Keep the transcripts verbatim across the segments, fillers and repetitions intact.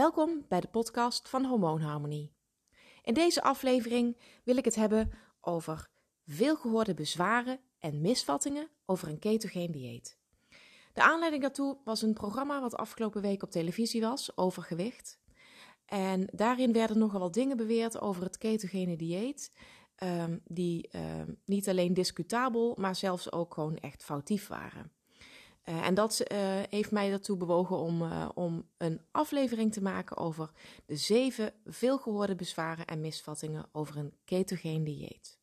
Welkom bij de podcast van Hormoonharmonie. In deze aflevering wil ik het hebben over veelgehoorde bezwaren en misvattingen over een ketogeen dieet. De aanleiding daartoe was een programma wat afgelopen week op televisie was over gewicht. En daarin werden nogal wat dingen beweerd over het ketogene dieet, um, die um, niet alleen discutabel, maar zelfs ook gewoon echt foutief waren. Uh, en dat uh, heeft mij ertoe bewogen om, uh, om een aflevering te maken over de zeven veelgehoorde bezwaren en misvattingen over een ketogeen dieet.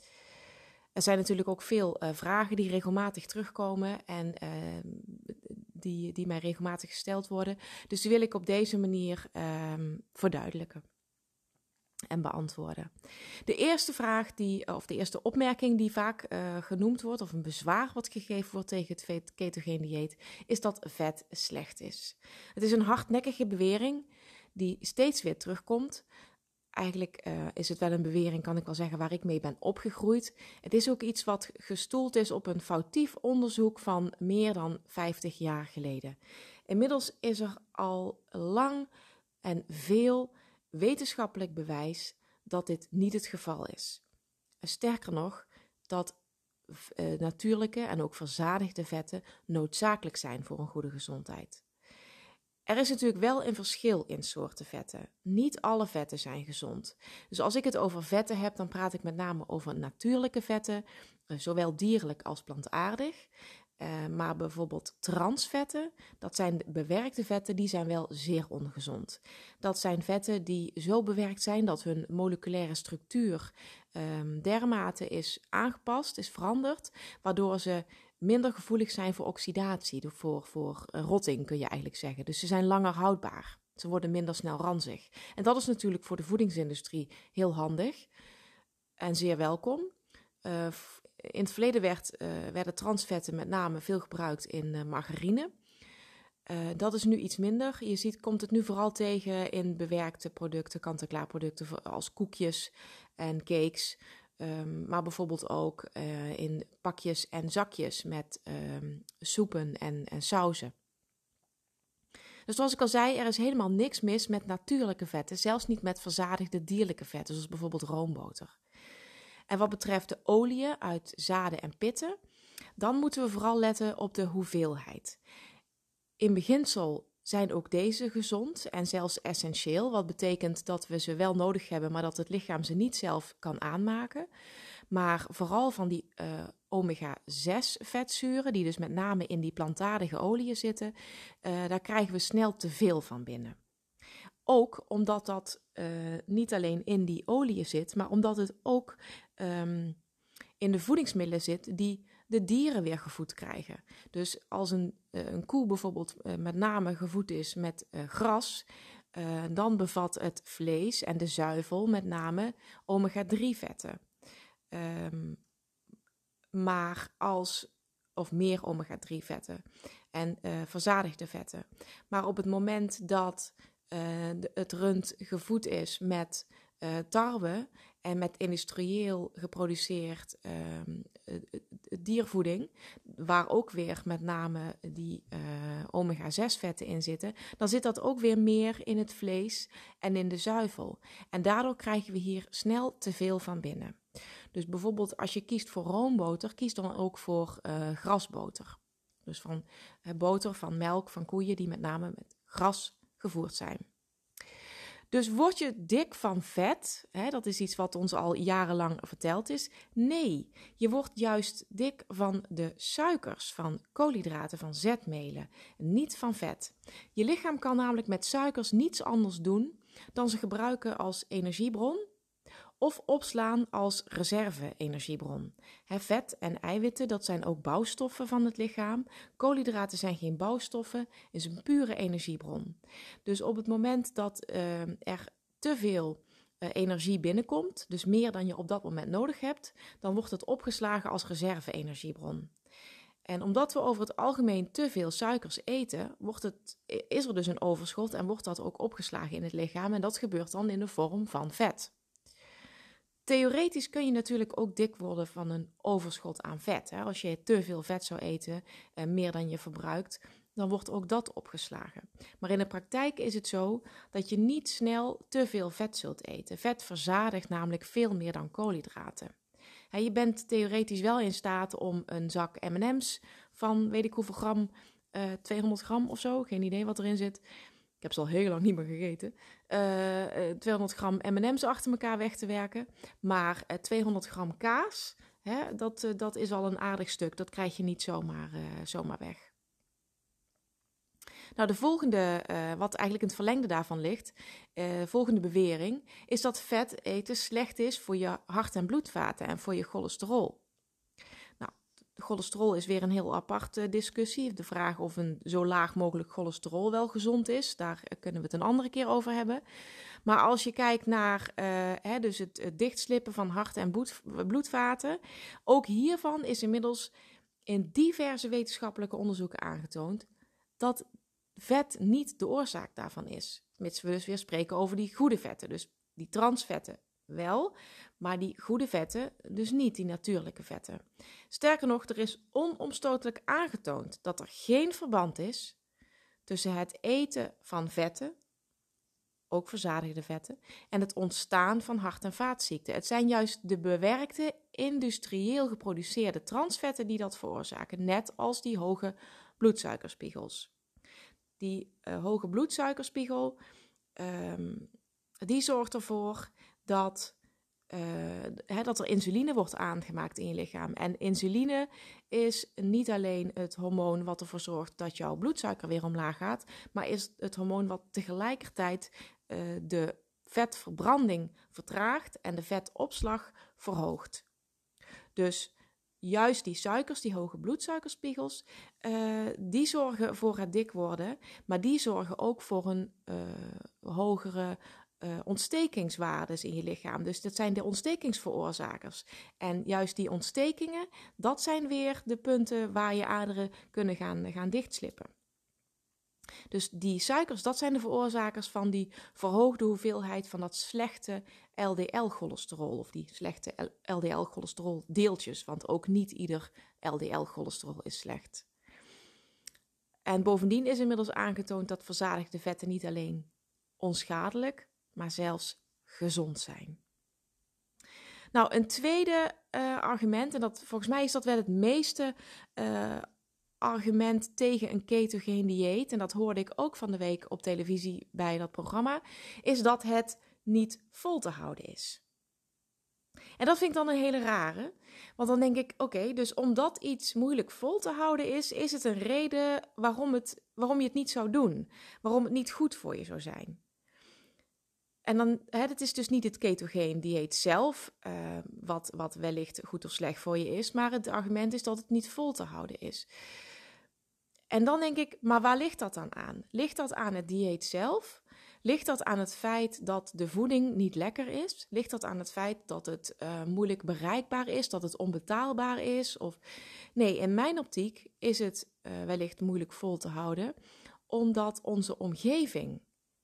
Er zijn natuurlijk ook veel uh, vragen die regelmatig terugkomen en uh, die, die mij regelmatig gesteld worden. Dus die wil ik op deze manier uh, verduidelijken en beantwoorden. De eerste vraag, die, of de eerste opmerking die vaak uh, genoemd wordt, of een bezwaar wat gegeven wordt tegen het ketogeen dieet, is dat vet slecht is. Het is een hardnekkige bewering die steeds weer terugkomt. Eigenlijk uh, is het wel een bewering, kan ik wel zeggen, waar ik mee ben opgegroeid. Het is ook iets wat gestoeld is op een foutief onderzoek van meer dan vijftig jaar geleden. Inmiddels is er al lang en veel wetenschappelijk bewijs dat dit niet het geval is. Sterker nog, dat uh, natuurlijke en ook verzadigde vetten noodzakelijk zijn voor een goede gezondheid. Er is natuurlijk wel een verschil in soorten vetten. Niet alle vetten zijn gezond. Dus als ik het over vetten heb, dan praat ik met name over natuurlijke vetten, uh, zowel dierlijk als plantaardig. Uh, maar bijvoorbeeld transvetten, dat zijn bewerkte vetten, die zijn wel zeer ongezond. Dat zijn vetten die zo bewerkt zijn dat hun moleculaire structuur um, dermate is aangepast, is veranderd, waardoor ze minder gevoelig zijn voor oxidatie, voor, voor rotting kun je eigenlijk zeggen. Dus ze zijn langer houdbaar. Ze worden minder snel ranzig. En dat is natuurlijk voor de voedingsindustrie heel handig en zeer welkom. Uh, in het verleden werd, uh, werden transvetten met name veel gebruikt in uh, margarine. Uh, dat is nu iets minder. Je ziet, komt het nu vooral tegen in bewerkte producten, kant-en-klaar producten als koekjes en cakes. Um, maar bijvoorbeeld ook uh, in pakjes en zakjes met um, soepen en, en sauzen. Dus zoals ik al zei, er is helemaal niks mis met natuurlijke vetten, zelfs niet met verzadigde dierlijke vetten, zoals bijvoorbeeld roomboter. En wat betreft de oliën uit zaden en pitten, dan moeten we vooral letten op de hoeveelheid. In beginsel zijn ook deze gezond en zelfs essentieel, wat betekent dat we ze wel nodig hebben, maar dat het lichaam ze niet zelf kan aanmaken. Maar vooral van die uh, omega zes vetzuren, die dus met name in die plantaardige oliën zitten, uh, daar krijgen we snel te veel van binnen. Ook omdat dat uh, niet alleen in die oliën zit, maar omdat het ook um, in de voedingsmiddelen zit die de dieren weer gevoed krijgen. Dus als een, uh, een koe bijvoorbeeld uh, met name gevoed is met uh, gras, uh, dan bevat het vlees en de zuivel met name omega drie vetten. Um, maar als... of meer omega drie vetten en uh, verzadigde vetten. Maar op het moment dat uh, de, het rund gevoed is met uh, tarwe en met industrieel geproduceerd uh, uh, diervoeding, waar ook weer met name die uh, omega zes vetten in zitten, dan zit dat ook weer meer in het vlees en in de zuivel. En daardoor krijgen we hier snel te veel van binnen. Dus bijvoorbeeld als je kiest voor roomboter, kies dan ook voor uh, grasboter. Dus van uh, boter van melk van koeien die met name met gras gevoerd zijn. Dus word je dik van vet, hè, dat is iets wat ons al jarenlang verteld is. Nee, je wordt juist dik van de suikers, van koolhydraten, van zetmelen, niet van vet. Je lichaam kan namelijk met suikers niets anders doen dan ze gebruiken als energiebron of opslaan als reserve-energiebron. He, vet en eiwitten, dat zijn ook bouwstoffen van het lichaam. Koolhydraten zijn geen bouwstoffen, is een pure energiebron. Dus op het moment dat uh, er te veel uh, energie binnenkomt, dus meer dan je op dat moment nodig hebt, dan wordt het opgeslagen als reserve-energiebron. En omdat we over het algemeen te veel suikers eten, wordt het, is er dus een overschot en wordt dat ook opgeslagen in het lichaam. En dat gebeurt dan in de vorm van vet. Theoretisch kun je natuurlijk ook dik worden van een overschot aan vet. Hè? Als je te veel vet zou eten, eh, meer dan je verbruikt, dan wordt ook dat opgeslagen. Maar in de praktijk is het zo dat je niet snel te veel vet zult eten. Vet verzadigt namelijk veel meer dan koolhydraten. He, je bent theoretisch wel in staat om een zak M en M's van weet ik hoeveel gram, uh, tweehonderd gram of zo, geen idee wat erin zit. Ik heb ze al heel lang niet meer gegeten. Uh, uh, tweehonderd gram M en M's achter elkaar weg te werken. Maar uh, tweehonderd gram kaas, hè, dat, uh, dat is al een aardig stuk. Dat krijg je niet zomaar, uh, zomaar weg. Nou, de volgende, uh, wat eigenlijk in het verlengde daarvan ligt, uh, volgende bewering, is dat vet eten slecht is voor je hart- en bloedvaten en voor je cholesterol. Nou, cholesterol is weer een heel aparte discussie. De vraag of een zo laag mogelijk cholesterol wel gezond is, daar kunnen we het een andere keer over hebben. Maar als je kijkt naar uh, hè, dus het, het dichtslippen van hart- en bloed, bloedvaten, ook hiervan is inmiddels in diverse wetenschappelijke onderzoeken aangetoond dat vet niet de oorzaak daarvan is. Mits we dus weer spreken over die goede vetten. Dus die transvetten wel, maar die goede vetten dus niet, die natuurlijke vetten. Sterker nog, er is onomstotelijk aangetoond dat er geen verband is tussen het eten van vetten, ook verzadigde vetten, en het ontstaan van hart- en vaatziekten. Het zijn juist de bewerkte, industrieel geproduceerde transvetten die dat veroorzaken, net als die hoge bloedsuikerspiegels. Die uh, hoge bloedsuikerspiegel, um, die zorgt ervoor dat, uh, hè, dat er insuline wordt aangemaakt in je lichaam. En insuline is niet alleen het hormoon wat ervoor zorgt dat jouw bloedsuiker weer omlaag gaat, maar is het hormoon wat tegelijkertijd uh, de vetverbranding vertraagt en de vetopslag verhoogt. Dus juist die suikers, die hoge bloedsuikerspiegels, uh, die zorgen voor het dik worden, maar die zorgen ook voor een uh, hogere uh, ontstekingswaardes in je lichaam. Dus dat zijn de ontstekingsveroorzakers. En juist die ontstekingen, dat zijn weer de punten waar je aderen kunnen gaan, gaan dichtslippen. Dus die suikers, dat zijn de veroorzakers van die verhoogde hoeveelheid van dat slechte L D L-cholesterol. Of die slechte L D L-cholesteroldeeltjes, want ook niet ieder L D L-cholesterol is slecht. En bovendien is inmiddels aangetoond dat verzadigde vetten niet alleen onschadelijk, maar zelfs gezond zijn. Nou, een tweede uh, argument, en dat, volgens mij is dat wel het meeste uh, argument tegen een ketogeen dieet, en dat hoorde ik ook van de week op televisie bij dat programma, is dat het niet vol te houden is. En dat vind ik dan een hele rare, want dan denk ik, oké, okay, dus omdat iets moeilijk vol te houden is, is het een reden waarom, het, waarom je het niet zou doen, waarom het niet goed voor je zou zijn. En dan, hè, het is dus niet het ketogeen dieet zelf, uh, wat, wat wellicht goed of slecht voor je is, maar het argument is dat het niet vol te houden is. En dan denk ik, maar waar ligt dat dan aan? Ligt dat aan het dieet zelf? Ligt dat aan het feit dat de voeding niet lekker is? Ligt dat aan het feit dat het uh, moeilijk bereikbaar is, dat het onbetaalbaar is? Of... Nee, in mijn optiek is het uh, wellicht moeilijk vol te houden, omdat onze omgeving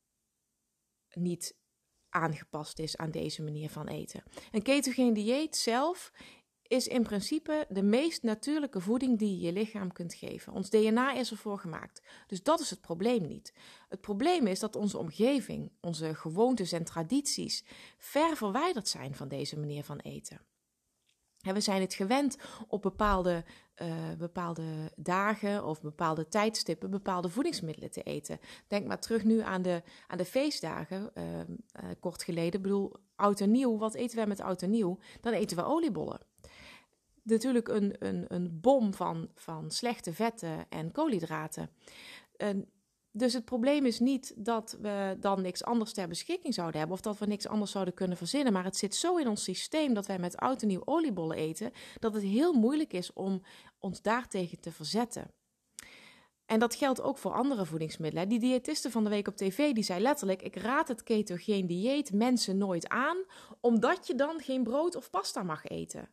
niet aangepast is aan deze manier van eten. Een ketogeen dieet zelf is in principe de meest natuurlijke voeding die je je lichaam kunt geven. Ons D N A is ervoor gemaakt. Dus dat is het probleem niet. Het probleem is dat onze omgeving, onze gewoontes en tradities ver verwijderd zijn van deze manier van eten. We zijn het gewend op bepaalde, uh, bepaalde dagen of bepaalde tijdstippen bepaalde voedingsmiddelen te eten. Denk maar terug nu aan de, aan de feestdagen, uh, uh, kort geleden. Ik bedoel, oud en nieuw, wat eten we met oud en nieuw? Dan eten we oliebollen. Natuurlijk een, een, een bom van, van slechte vetten en koolhydraten. Uh, Dus het probleem is niet dat we dan niks anders ter beschikking zouden hebben of dat we niks anders zouden kunnen verzinnen. Maar het zit zo in ons systeem dat wij met oud en nieuw oliebollen eten, dat het heel moeilijk is om ons daartegen te verzetten. En dat geldt ook voor andere voedingsmiddelen. Die diëtiste van de week op tv, die zei letterlijk, ik raad het ketogeen dieet mensen nooit aan, omdat je dan geen brood of pasta mag eten.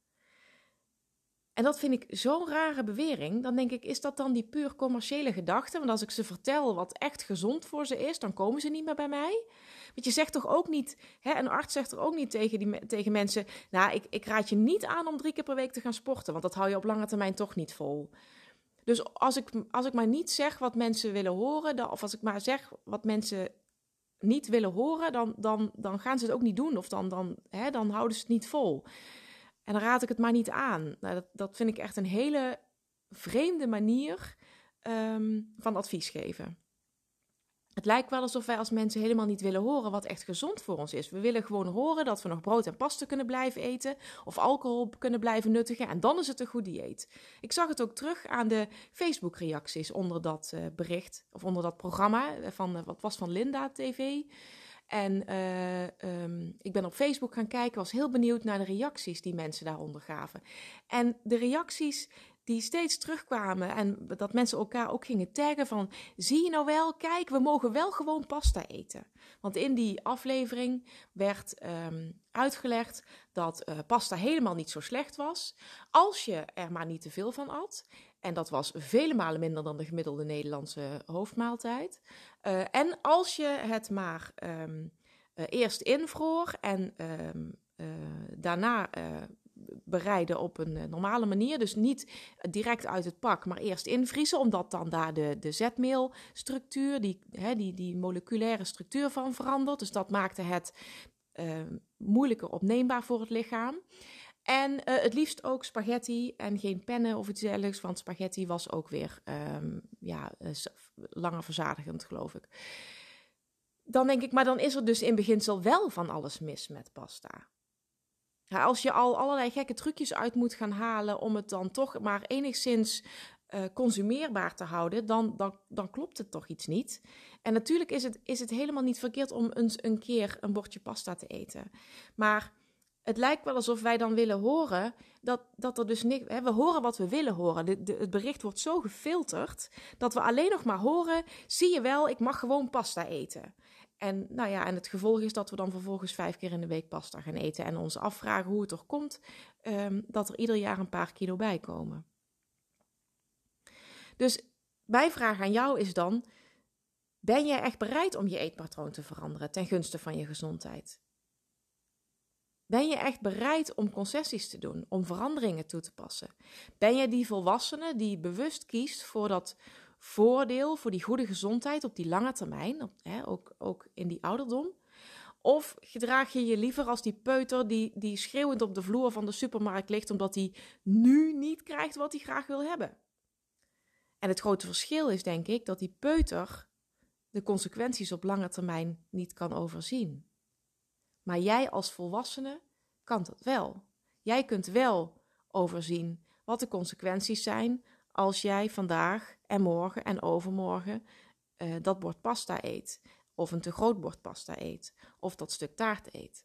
En dat vind ik zo'n rare bewering. Dan denk ik, is dat dan die puur commerciële gedachte? Want als ik ze vertel wat echt gezond voor ze is, dan komen ze niet meer bij mij. Want je zegt toch ook niet, hè, een arts zegt er ook niet tegen, die, tegen mensen, nou, ik, ik raad je niet aan om drie keer per week te gaan sporten, want dat hou je op lange termijn toch niet vol. Dus als ik, als ik maar niet zeg wat mensen willen horen, dan, of als ik maar zeg wat mensen niet willen horen, dan, dan, dan gaan ze het ook niet doen. Of dan, dan, hè, dan houden ze het niet vol. En dan raad ik het maar niet aan. Nou, dat, dat vind ik echt een hele vreemde manier um, van advies geven. Het lijkt wel alsof wij als mensen helemaal niet willen horen wat echt gezond voor ons is. We willen gewoon horen dat we nog brood en pasta kunnen blijven eten of alcohol kunnen blijven nuttigen en dan is het een goed dieet. Ik zag het ook terug aan de Facebook-reacties onder dat uh, bericht of onder dat programma van uh, wat was van Linda T V. En uh, um, ik ben op Facebook gaan kijken, was heel benieuwd naar de reacties die mensen daaronder gaven. En de reacties die steeds terugkwamen en dat mensen elkaar ook gingen taggen van, zie je nou wel, kijk, we mogen wel gewoon pasta eten. Want in die aflevering werd um, uitgelegd dat uh, pasta helemaal niet zo slecht was, als je er maar niet te veel van at. En dat was vele malen minder dan de gemiddelde Nederlandse hoofdmaaltijd. Uh, en als je het maar um, uh, eerst invroor en um, uh, daarna uh, bereiden op een uh, normale manier. Dus niet direct uit het pak, maar eerst invriezen. Omdat dan daar de, de zetmeelstructuur, die, hè, die, die moleculaire structuur van verandert. Dus dat maakte het uh, moeilijker opneembaar voor het lichaam. En uh, het liefst ook spaghetti en geen pennen of iets dergelijks. Want spaghetti was ook weer um, ja, uh, langer verzadigend, geloof ik. Dan denk ik, maar dan is er dus in beginsel wel van alles mis met pasta. Ja, als je al allerlei gekke trucjes uit moet gaan halen om het dan toch maar enigszins uh, consumeerbaar te houden, dan, dan, dan klopt het toch iets niet. En natuurlijk is het, is het helemaal niet verkeerd om eens een keer een bordje pasta te eten. Maar het lijkt wel alsof wij dan willen horen dat, dat er dus niks... Hè, we horen wat we willen horen. De, de, het bericht wordt zo gefilterd dat we alleen nog maar horen, zie je wel, ik mag gewoon pasta eten. En, nou ja, en het gevolg is dat we dan vervolgens vijf keer in de week pasta gaan eten en ons afvragen hoe het er komt um, dat er ieder jaar een paar kilo bij komen. Dus mijn vraag aan jou is dan, ben jij echt bereid om je eetpatroon te veranderen ten gunste van je gezondheid? Ben je echt bereid om concessies te doen, om veranderingen toe te passen? Ben je die volwassene die bewust kiest voor dat voordeel, voor die goede gezondheid op die lange termijn, op, hè, ook, ook in die ouderdom? Of gedraag je je liever als die peuter die, die schreeuwend op de vloer van de supermarkt ligt omdat hij nu niet krijgt wat hij graag wil hebben? En het grote verschil is, denk ik, dat die peuter de consequenties op lange termijn niet kan overzien. Maar jij als volwassene kan dat wel. Jij kunt wel overzien wat de consequenties zijn als jij vandaag en morgen en overmorgen uh, dat bord pasta eet. Of een te groot bord pasta eet. Of dat stuk taart eet.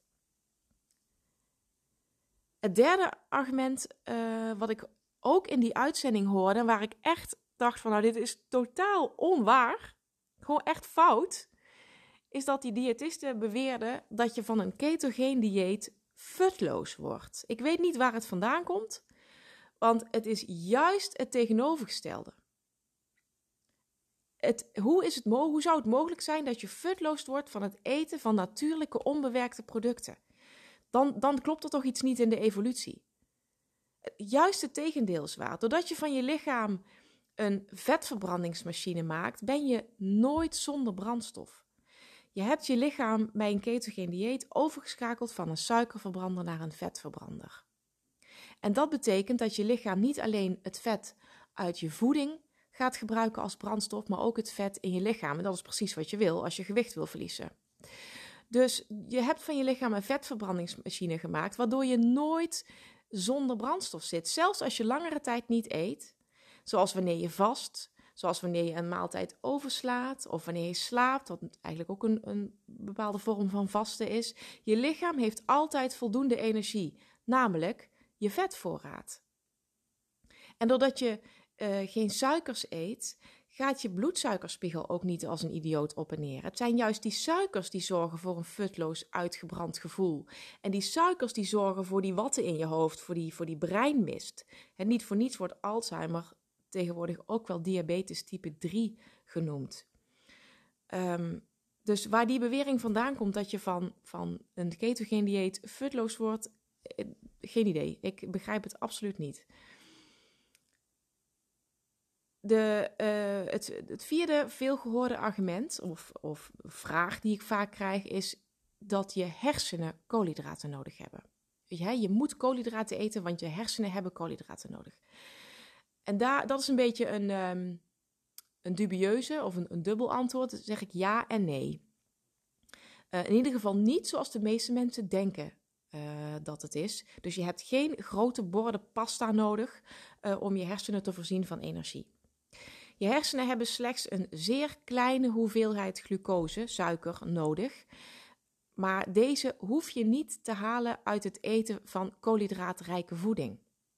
Het derde argument uh, wat ik ook in die uitzending hoorde, waar ik echt dacht van nou dit is totaal onwaar. Gewoon echt fout. Is dat die diëtiste beweerde dat je van een ketogeen dieet futloos wordt. Ik weet niet waar het vandaan komt, want het is juist het tegenovergestelde. Het, hoe, is het, hoe zou het mogelijk zijn dat je futloos wordt van het eten van natuurlijke onbewerkte producten? Dan, dan klopt er toch iets niet in de evolutie. Juist het tegendeel is waar. Doordat je van je lichaam een vetverbrandingsmachine maakt, ben je nooit zonder brandstof. Je hebt je lichaam bij een ketogeen dieet overgeschakeld van een suikerverbrander naar een vetverbrander. En dat betekent dat je lichaam niet alleen het vet uit je voeding gaat gebruiken als brandstof, maar ook het vet in je lichaam. En dat is precies wat je wil als je gewicht wil verliezen. Dus je hebt van je lichaam een vetverbrandingsmachine gemaakt, waardoor je nooit zonder brandstof zit. Zelfs als je langere tijd niet eet, zoals wanneer je vast, zoals wanneer je een maaltijd overslaat of wanneer je slaapt, wat eigenlijk ook een, een bepaalde vorm van vasten is. Je lichaam heeft altijd voldoende energie, namelijk je vetvoorraad. En doordat je uh, geen suikers eet, gaat je bloedsuikerspiegel ook niet als een idioot op en neer. Het zijn juist die suikers die zorgen voor een futloos uitgebrand gevoel. En die suikers die zorgen voor die watten in je hoofd, voor die, voor die breinmist. En niet voor niets wordt Alzheimer tegenwoordig ook wel diabetes type drie genoemd. Um, dus waar die bewering vandaan komt dat je van, van een ketogeen dieet futloos wordt, geen idee. Ik begrijp het absoluut niet. De, uh, het, het vierde veelgehoorde argument of, of vraag die ik vaak krijg is dat je hersenen koolhydraten nodig hebben. Ja, je moet koolhydraten eten, want je hersenen hebben koolhydraten nodig. En daar, dat is een beetje een, um, een dubieuze of een, een dubbel antwoord. Dan zeg ik ja en nee. Uh, in ieder geval niet zoals de meeste mensen denken uh, dat het is. Dus je hebt geen grote borden pasta nodig uh, om je hersenen te voorzien van energie. Je hersenen hebben slechts een zeer kleine hoeveelheid glucose, suiker, nodig. Maar deze hoef je niet te halen uit het eten van koolhydraatrijke voeding.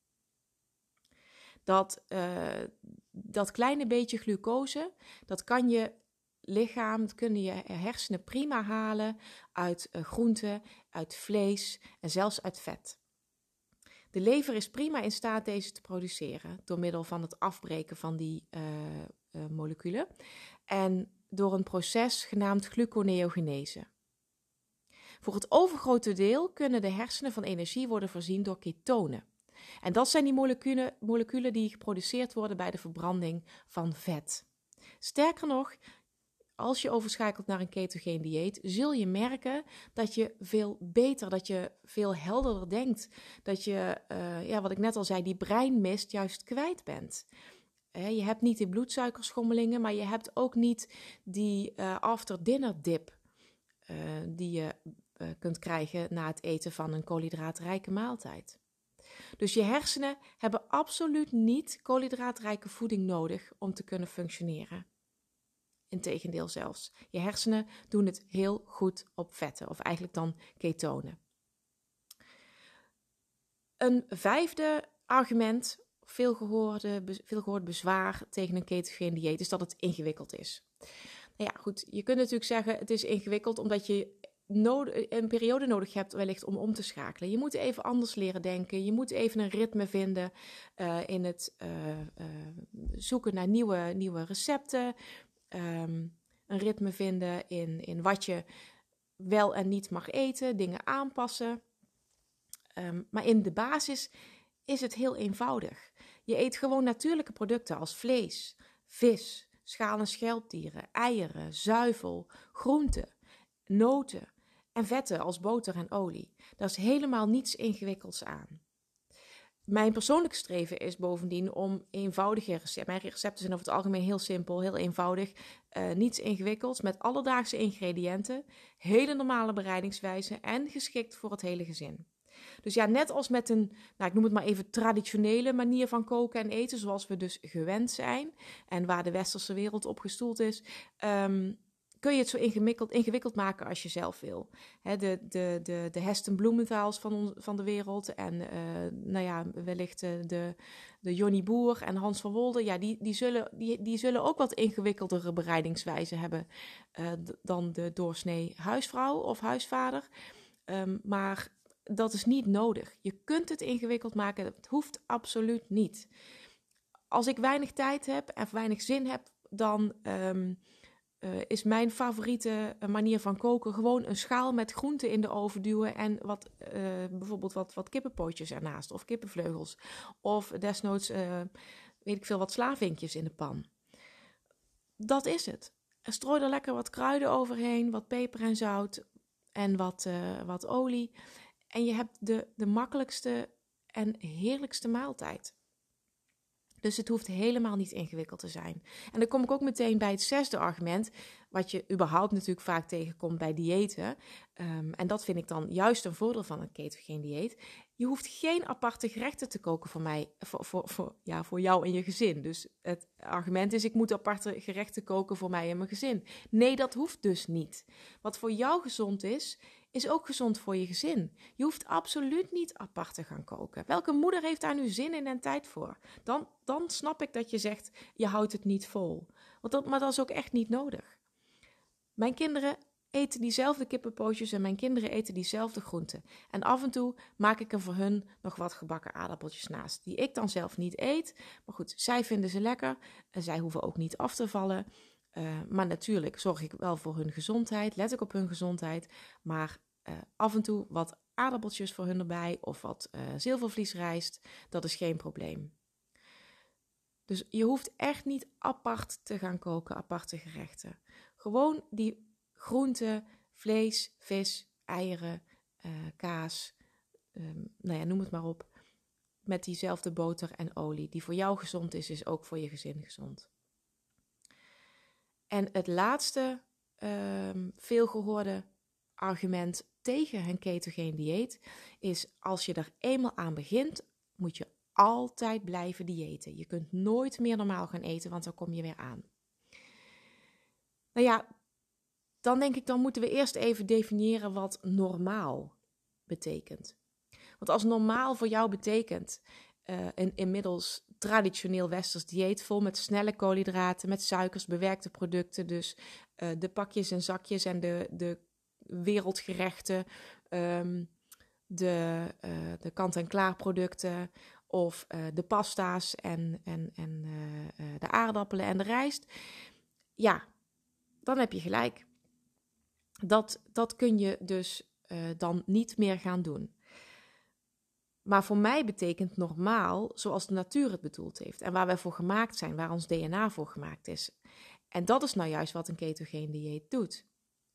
Dat, uh, dat kleine beetje glucose, dat kan je lichaam, dat kunnen je hersenen prima halen uit uh, groenten, uit vlees en zelfs uit vet. De lever is prima in staat deze te produceren door middel van het afbreken van die uh, uh, moleculen en door een proces genaamd gluconeogenese. Voor het overgrote deel kunnen de hersenen van energie worden voorzien door ketonen. En dat zijn die moleculen, moleculen die geproduceerd worden bij de verbranding van vet. Sterker nog, als je overschakelt naar een ketogeen dieet, zul je merken dat je veel beter, dat je veel helderder denkt. Dat je, uh, ja, wat ik net al zei, die breinmist juist kwijt bent. He, je hebt niet die bloedsuikerschommelingen, maar je hebt ook niet die uh, after dinner dip uh, die je uh, kunt krijgen na het eten van een koolhydraatrijke maaltijd. Dus je hersenen hebben absoluut niet koolhydraatrijke voeding nodig om te kunnen functioneren. Integendeel zelfs. Je hersenen doen het heel goed op vetten, of eigenlijk dan ketonen. Een vijfde argument, veelgehoorde, veelgehoord bezwaar tegen een ketogeen dieet, is dat het ingewikkeld is. Nou ja, goed, je kunt natuurlijk zeggen het is ingewikkeld omdat je nodig, een periode nodig hebt wellicht om om te schakelen. Je moet even anders leren denken. Je moet even een ritme vinden uh, in het uh, uh, zoeken naar nieuwe, nieuwe recepten. Um, een ritme vinden in, in wat je wel en niet mag eten. Dingen aanpassen. Um, maar in de basis is het heel eenvoudig. Je eet gewoon natuurlijke producten als vlees, vis, schaal- en schelpdieren, eieren, zuivel, groenten, noten en vetten als boter en olie. Daar is helemaal niets ingewikkelds aan. Mijn persoonlijke streven is bovendien om eenvoudige recepten. Mijn recepten zijn over het algemeen heel simpel, heel eenvoudig. Uh, niets ingewikkelds, met alledaagse ingrediënten, hele normale bereidingswijzen en geschikt voor het hele gezin. Dus ja, net als met een, nou, ik noem het maar even traditionele manier van koken en eten, zoals we dus gewend zijn en waar de westerse wereld op gestoeld is, um, kun je het zo ingewikkeld, ingewikkeld maken als je zelf wil. He, de, de, de, de Heston Blumenthal's van, on, van de wereld en uh, nou ja, wellicht de, de Johnny Boer en Hans van Wolde, ja, die, die, zullen, die, die zullen ook wat ingewikkeldere bereidingswijzen hebben uh, dan de doorsnee huisvrouw of huisvader. Um, maar dat is niet nodig. Je kunt het ingewikkeld maken, het hoeft absoluut niet. Als ik weinig tijd heb en weinig zin heb, dan um, uh, is mijn favoriete manier van koken gewoon een schaal met groenten in de oven duwen en wat, uh, bijvoorbeeld wat, wat kippenpootjes ernaast of kippenvleugels. Of desnoods, uh, weet ik veel, wat slavinkjes in de pan. Dat is het. Strooi er lekker wat kruiden overheen, wat peper en zout en wat, uh, wat olie. En je hebt de, de makkelijkste en heerlijkste maaltijd. Dus het hoeft helemaal niet ingewikkeld te zijn. En dan kom ik ook meteen bij het zesde argument, wat je überhaupt natuurlijk vaak tegenkomt bij diëten. Um, en dat vind ik dan juist een voordeel van een ketogeen dieet. Je hoeft geen aparte gerechten te koken voor mij, voor, voor, voor, ja, voor jou en je gezin. Dus het argument is, ik moet aparte gerechten koken voor mij en mijn gezin. Nee, dat hoeft dus niet. Wat voor jou gezond is, is ook gezond voor je gezin. Je hoeft absoluut niet apart te gaan koken. Welke moeder heeft daar nu zin in en tijd voor? Dan, dan snap ik dat je zegt, je houdt het niet vol. Want dat, maar dat is ook echt niet nodig. Mijn kinderen eten diezelfde kippenpootjes en mijn kinderen eten diezelfde groenten. En af en toe maak ik er voor hun nog wat gebakken aardappeltjes naast, die ik dan zelf niet eet. Maar goed, zij vinden ze lekker en zij hoeven ook niet af te vallen. Uh, maar natuurlijk zorg ik wel voor hun gezondheid, let ik op hun gezondheid. Maar uh, af en toe wat aardappeltjes voor hun erbij of wat uh, zilvervliesrijst, dat is geen probleem. Dus je hoeft echt niet apart te gaan koken, aparte gerechten. Gewoon die groenten, vlees, vis, eieren, uh, kaas, um, nou ja, noem het maar op. Met diezelfde boter en olie. Die voor jou gezond is, is ook voor je gezin gezond. En het laatste um, veelgehoorde argument tegen een ketogeen dieet is: als je er eenmaal aan begint, moet je altijd blijven diëten. Je kunt nooit meer normaal gaan eten, want dan kom je weer aan. Nou ja, dan denk ik, dan moeten we eerst even definiëren wat normaal betekent. Want als normaal voor jou betekent uh, een inmiddels traditioneel westers dieet vol met snelle koolhydraten, met suikers, bewerkte producten, dus uh, de pakjes en zakjes en de, de wereldgerechten, um, de, uh, de kant-en-klaar producten of uh, de pasta's en, en, en uh, uh, de aardappelen en de rijst. Ja, dan heb je gelijk. Dat, dat kun je dus uh, dan niet meer gaan doen. Maar voor mij betekent normaal zoals de natuur het bedoeld heeft. En waar wij voor gemaakt zijn, waar ons D N A voor gemaakt is. En dat is nou juist wat een ketogeen dieet doet.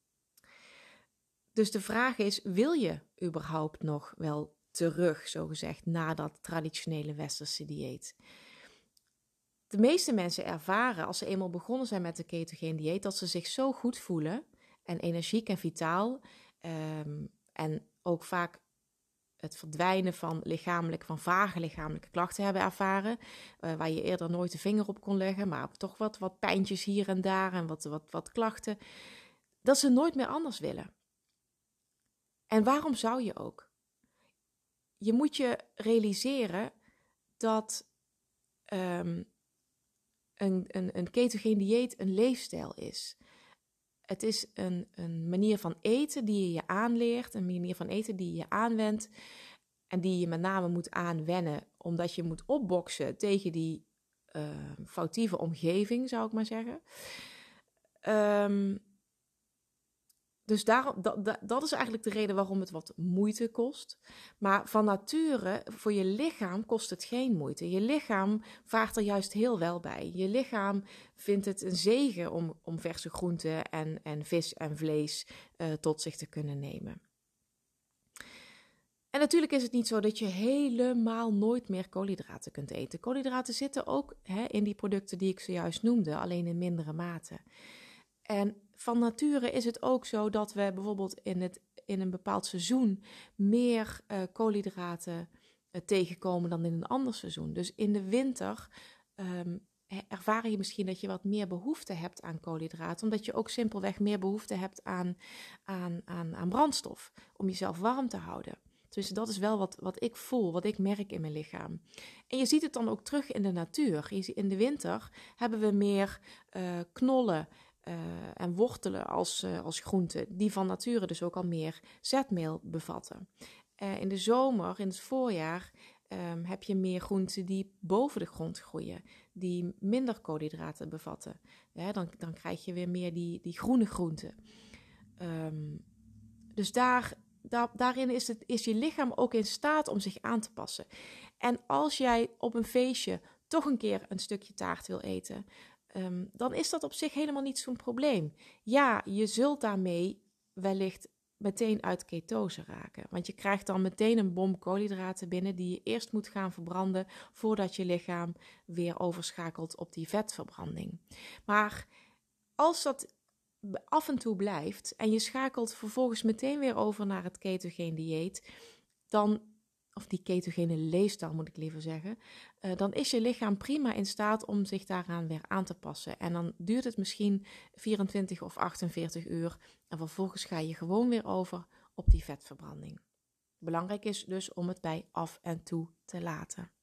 Dus de vraag is, wil je überhaupt nog wel terug, zogezegd, naar dat traditionele westerse dieet? De meeste mensen ervaren, als ze eenmaal begonnen zijn met de ketogeen dieet, dat ze zich zo goed voelen en energiek en vitaal. Um, en ook vaak het verdwijnen van lichamelijk, van vage lichamelijke klachten hebben ervaren, uh, waar je eerder nooit de vinger op kon leggen, maar toch wat, wat pijntjes hier en daar en wat, wat, wat klachten, dat ze nooit meer anders willen. En waarom zou je ook? Je moet je realiseren dat um, een, een, een ketogeen dieet een leefstijl is. Het is een, een manier van eten die je je aanleert, een manier van eten die je je aanwendt en die je met name moet aanwennen, omdat je moet opboksen tegen die uh, foutieve omgeving, zou ik maar zeggen. Um, dus daarom, dat, dat, dat is eigenlijk de reden waarom het wat moeite kost. Maar van nature, voor je lichaam kost het geen moeite. Je lichaam vaart er juist heel wel bij. Je lichaam vindt het een zegen om, om verse groenten en, en vis en vlees uh, tot zich te kunnen nemen. En natuurlijk is het niet zo dat je helemaal nooit meer koolhydraten kunt eten. Koolhydraten zitten ook hè, in die producten die ik zojuist noemde, alleen in mindere mate. En van nature is het ook zo dat we bijvoorbeeld in, het, in een bepaald seizoen meer uh, koolhydraten uh, tegenkomen dan in een ander seizoen. Dus in de winter um, ervaar je misschien dat je wat meer behoefte hebt aan koolhydraten, omdat je ook simpelweg meer behoefte hebt aan, aan, aan, aan brandstof om jezelf warm te houden. Dus dat is wel wat, wat ik voel, wat ik merk in mijn lichaam. En je ziet het dan ook terug in de natuur. In de winter hebben we meer uh, knollen, Uh, en wortelen als, uh, als groenten, die van nature dus ook al meer zetmeel bevatten. Uh, in de zomer, in het voorjaar, um, heb je meer groenten die boven de grond groeien, die minder koolhydraten bevatten. Ja, dan, dan krijg je weer meer die, die groene groenten. Um, dus daar, daar, daarin is, het, is je lichaam ook in staat om zich aan te passen. En als jij op een feestje toch een keer een stukje taart wil eten, Um, dan is dat op zich helemaal niet zo'n probleem. Ja, je zult daarmee wellicht meteen uit ketose raken. Want je krijgt dan meteen een bom koolhydraten binnen die je eerst moet gaan verbranden voordat je lichaam weer overschakelt op die vetverbranding. Maar als dat af en toe blijft en je schakelt vervolgens meteen weer over naar het ketogeen dieet, dan of die ketogene leefstijl moet ik liever zeggen, uh, dan is je lichaam prima in staat om zich daaraan weer aan te passen. En dan duurt het misschien vierentwintig of achtenveertig uur en vervolgens ga je gewoon weer over op die vetverbranding. Belangrijk is dus om het bij af en toe te laten.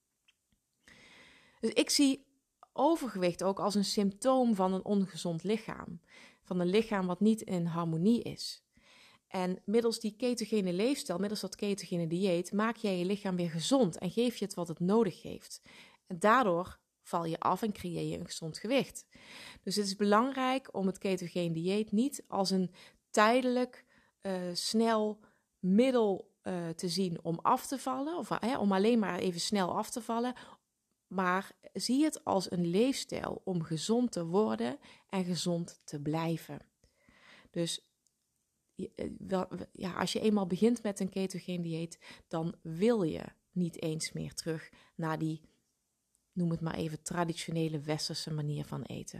Dus ik zie overgewicht ook als een symptoom van een ongezond lichaam. Van een lichaam wat niet in harmonie is. En middels die ketogene leefstijl, middels dat ketogene dieet, maak jij je lichaam weer gezond en geef je het wat het nodig heeft. En daardoor val je af en creëer je een gezond gewicht. Dus het is belangrijk om het ketogene dieet niet als een tijdelijk, uh, snel middel uh, te zien om af te vallen, of uh, om alleen maar even snel af te vallen, maar zie het als een leefstijl om gezond te worden en gezond te blijven. Dus ja, als je eenmaal begint met een ketogeen dieet, dan wil je niet eens meer terug naar die, noem het maar even, traditionele westerse manier van eten.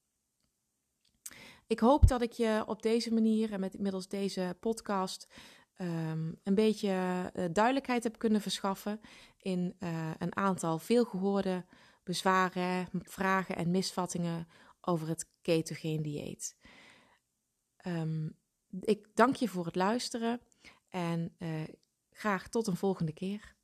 Ik hoop dat ik je op deze manier en met middels deze podcast um, een beetje uh, duidelijkheid heb kunnen verschaffen in uh, een aantal veelgehoorde bezwaren, vragen en misvattingen over het ketogeen dieet. Um, ik dank je voor het luisteren en uh, graag tot een volgende keer.